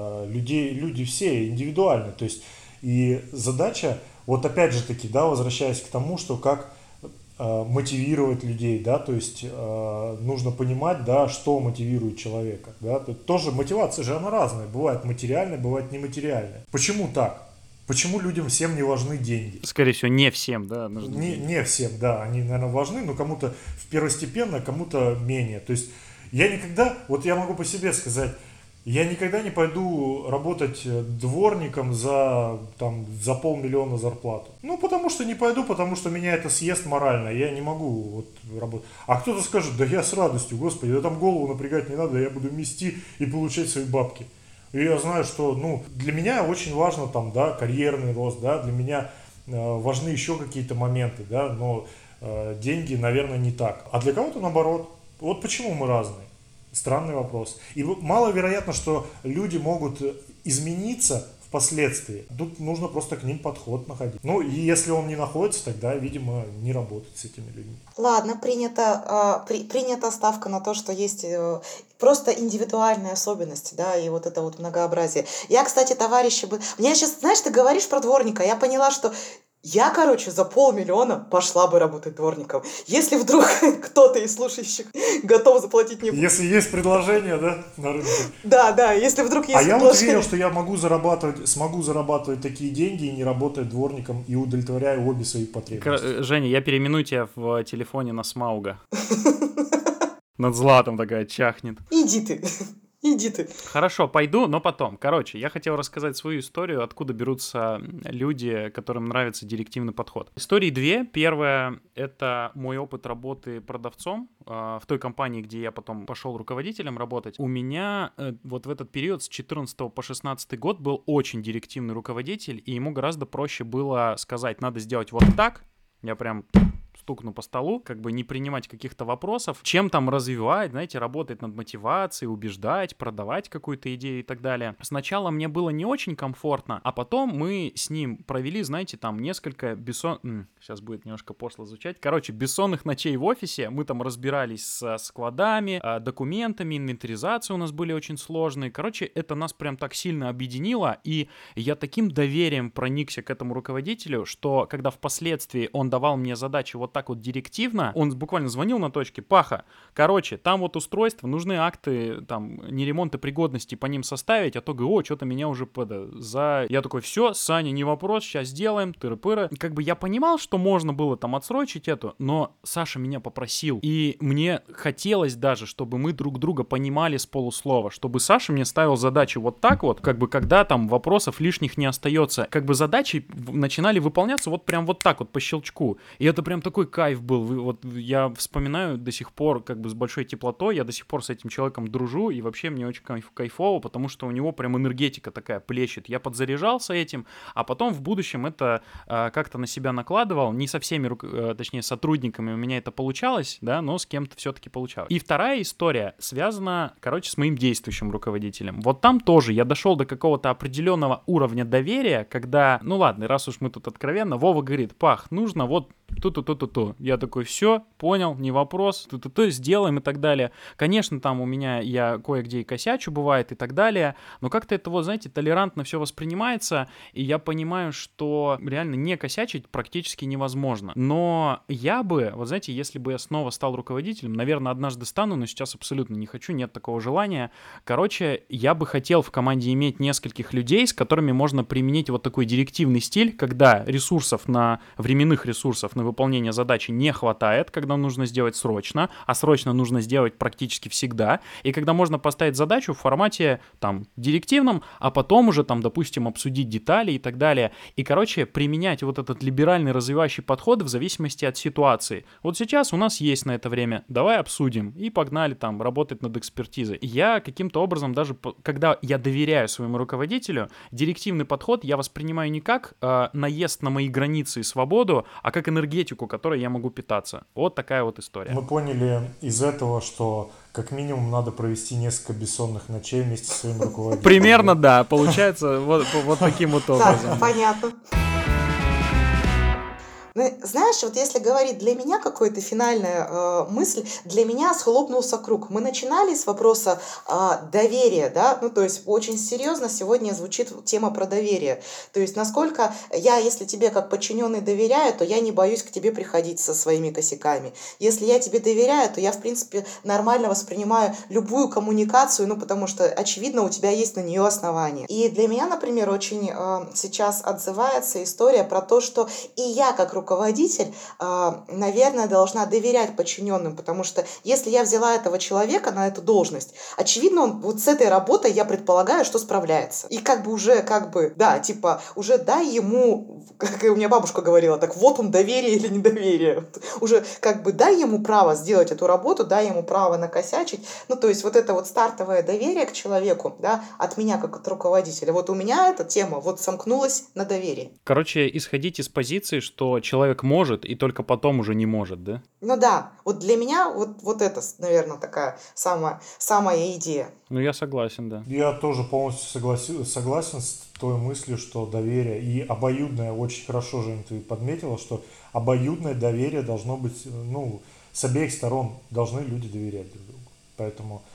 люди все индивидуальны, то есть и задача, вот опять же таки, да, возвращаясь к тому, что как мотивировать людей, да, то есть нужно понимать, да, что мотивирует человека, да, тут тоже мотивация же она разная, бывает материальная, бывает нематериальная. Почему так? Почему людям всем не важны деньги?
Скорее всего, не всем, да?
Не всем, да, они, наверное, важны, но кому-то первостепенно, кому-то менее. То есть я никогда, вот я могу по себе сказать, я никогда не пойду работать дворником за 500 000 зарплату. Ну, потому что не пойду, потому что меня это съест морально. Я не могу вот работать. А кто-то скажет, да я с радостью, господи, да там голову напрягать не надо, я буду мести и получать свои бабки. И я знаю, что, для меня очень важно там, да, карьерный рост, да, для меня важны еще какие-то моменты, да, но деньги, наверное, не так. А для кого-то наоборот. Вот почему мы разные? Странный вопрос. И маловероятно, что люди могут измениться впоследствии. Тут нужно просто к ним подход находить. Ну, и если он не находится, тогда, видимо, не работать с этими людьми.
Ладно, принята ставка на то, что есть просто индивидуальные особенности, да, и вот это вот многообразие. Я, кстати, товарищи бы... Мне сейчас, знаешь, ты говоришь про дворника, я поняла, что я, за 500 000 пошла бы работать дворником. Если вдруг кто-то из слушающих готов заплатить мне...
Если есть предложение, да, на рынке.
Да, если вдруг есть
предложение. А я вот верил, что я смогу зарабатывать такие деньги и не работать дворником, и удовлетворяя обе свои потребности.
Женя, я переименую тебя в телефоне на Смауга. Над Златом такая чахнет.
Иди ты.
Хорошо, пойду, но потом. Короче, я хотел рассказать свою историю, откуда берутся люди, которым нравится директивный подход. Истории две. Первая — это мой опыт работы продавцом в той компании, где я потом пошел руководителем работать. У меня вот в этот период с 14 по 16 год был очень директивный руководитель, и ему гораздо проще было сказать, надо сделать вот так. Я прям... стукну по столу, не принимать каких-то вопросов, чем там развивать, знаете, работать над мотивацией, убеждать, продавать какую-то идею и так далее. Сначала мне было не очень комфортно, а потом мы с ним провели, знаете, там несколько сейчас будет немножко пошло звучать, бессонных ночей в офисе, мы там разбирались со складами, документами, инвентаризации у нас были очень сложные, это нас прям так сильно объединило, и я таким доверием проникся к этому руководителю, что когда впоследствии он давал мне задачи вот так вот директивно. Он буквально звонил на точке: Паха, короче, там вот устройство, нужны акты, там, не ремонта пригодности по ним составить, а то ГО что-то меня уже Я такой: все, Саня, не вопрос, сейчас сделаем, тыры-пыры. Как бы я понимал, что можно было там отсрочить эту, но Саша меня попросил, и мне хотелось даже, чтобы мы друг друга понимали с полуслова, чтобы Саша мне ставил задачи вот так вот, как бы когда там вопросов лишних не остается, как бы задачи начинали выполняться вот прям вот так вот по щелчку, и это прям такой кайф был. Вот я вспоминаю до сих пор как бы с большой теплотой, я до сих пор с этим человеком дружу, и вообще мне очень кайфово, потому что у него прям энергетика такая плещет. Я подзаряжался этим, а потом в будущем это как-то на себя накладывал, не со всеми, точнее, сотрудниками у меня это получалось, да, но с кем-то все-таки получалось. И вторая история связана, короче, с моим действующим руководителем. Вот там тоже я дошел до какого-то определенного уровня доверия, когда, ну ладно, раз уж мы тут откровенно, Вова говорит: Пах, нужно вот ту-ту-ту-ту-ту. Я такой: все, понял, не вопрос, ту-ту-ту, сделаем и так далее. Конечно, там у меня я кое-где и косячу бывает и так далее, но как-то это вот, знаете, толерантно все воспринимается, и я понимаю, что реально не косячить практически невозможно. Но я бы, вот знаете, если бы я снова стал руководителем, наверное, однажды стану, но сейчас абсолютно не хочу, нет такого желания. Короче, я бы хотел в команде иметь нескольких людей, с которыми можно применить вот такой директивный стиль, когда временных ресурсов на выполнение задачи не хватает, когда нужно сделать срочно, а срочно нужно сделать практически всегда, и когда можно поставить задачу в формате там директивном, а потом уже там, допустим, обсудить детали и так далее. И, короче, применять вот этот либеральный развивающий подход в зависимости от ситуации. Вот сейчас у нас есть на это время, давай обсудим, и погнали там работать над экспертизой. Я каким-то образом даже, когда я доверяю своему руководителю, директивный подход я воспринимаю не как наезд на мои границы и свободу, а как энергетику, которой я могу питаться. Вот такая вот история.
Мы поняли из этого, что как минимум надо провести несколько бессонных ночей вместе со своим руководителем.
Примерно, да. Получается вот таким вот образом.
Да, понятно. Ну, знаешь, вот если говорить для меня какая-то финальная мысль, для меня схлопнулся круг. Мы начинали с вопроса доверия, да, ну то есть очень серьезно сегодня звучит тема про доверие. То есть насколько я, если тебе как подчиненный доверяю, то я не боюсь к тебе приходить со своими косяками. Если я тебе доверяю, то я в принципе нормально воспринимаю любую коммуникацию, ну потому что очевидно у тебя есть на нее основания. И для меня, например, очень сейчас отзывается история про то, что и я как руководитель, наверное, должна доверять подчиненным, потому что если я взяла этого человека на эту должность, очевидно, он вот с этой работой, я предполагаю, что справляется. И да, типа, уже дай ему, как у меня бабушка говорила, так вот он, доверие или недоверие. Уже дай ему право сделать эту работу, дай ему право накосячить. Ну, то есть вот это вот стартовое доверие к человеку, да, от меня как от руководителя. Вот у меня эта тема вот сомкнулась на доверии.
Короче, исходить из позиции, что человек может, и только потом уже не может, да?
Ну да, вот для меня вот это, наверное, такая самая идея.
Ну, я согласен, да.
Я тоже полностью согласен с той мыслью, что доверие и обоюдное, очень хорошо, Жень, ты подметила, что обоюдное доверие должно быть, ну, с обеих сторон должны люди доверять друг другу. Поэтому,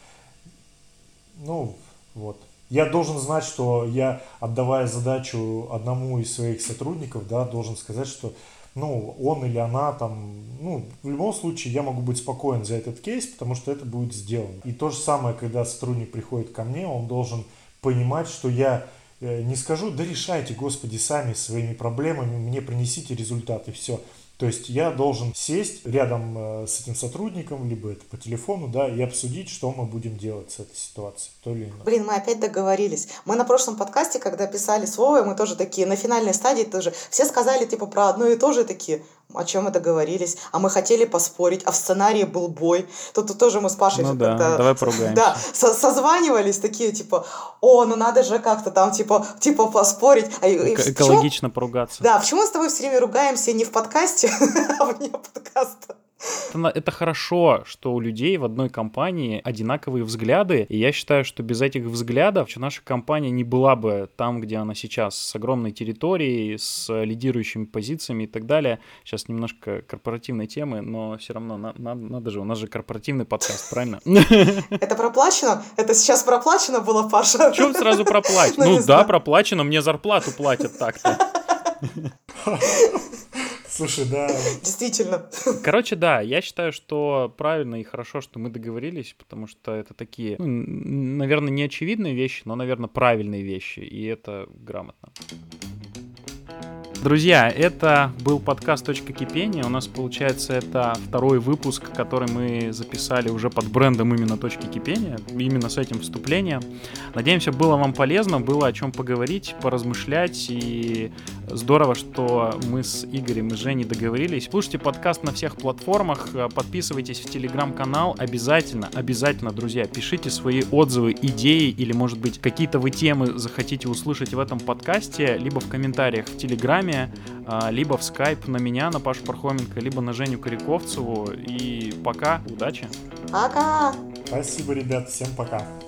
ну, вот. Я должен знать, что я, отдавая задачу одному из своих сотрудников, да, должен сказать, что ну, он или она там, ну, в любом случае я могу быть спокоен за этот кейс, потому что это будет сделано. И то же самое, когда сотрудник приходит ко мне, он должен понимать, что я не скажу: да решайте, Господи, сами своими проблемами, мне принесите результат и все. То есть я должен сесть рядом с этим сотрудником, либо это по телефону, да, и обсудить, что мы будем делать с этой ситуацией, то или иное.
Блин, мы опять договорились. Мы на прошлом подкасте, когда писали с Вовой, мы тоже такие, на финальной стадии тоже, все сказали типа про одно и то же, такие: о чем мы договорились, а мы хотели поспорить, а в сценарии был бой. Тут тоже мы с Пашей
да, давай поругаемся.
Да, созванивались такие, типа, ну надо же как-то там, типа поспорить.
Экологично поругаться.
Да, почему мы с тобой все время ругаемся не в подкасте, а вне подкаста?
Это хорошо, что у людей в одной компании одинаковые взгляды, и я считаю, что без этих взглядов наша компания не была бы там, где она сейчас, с огромной территорией, с лидирующими позициями и так далее. Сейчас немножко корпоративной темы, но все равно надо же, у нас же корпоративный подкаст, правильно?
Это проплачено? Это сейчас проплачено было, Паша?
Почему сразу проплачено? Ну да, проплачено, мне зарплату платят так-то.
Слушай, да.
Действительно.
Короче, да, я считаю, что правильно и хорошо, что мы договорились, потому что это такие, наверное, не очевидные вещи, но, наверное, правильные вещи, и это грамотно. Друзья, это был подкаст «Точка кипения». У нас, получается, это второй выпуск, который мы записали уже под брендом именно «Точки кипения», именно с этим вступлением. Надеемся, было вам полезно, было о чем поговорить, поразмышлять, и здорово, что мы с Игорем и Женей договорились. Слушайте подкаст на всех платформах, подписывайтесь в Телеграм-канал, обязательно, друзья, пишите свои отзывы, идеи, или, может быть, какие-то вы темы захотите услышать в этом подкасте, либо в комментариях в Телеграме, либо в скайп на меня, на Пашу Пархоменко, либо на Женю Коряковцеву. И пока, удачи.
Пока.
Спасибо, ребят, всем пока.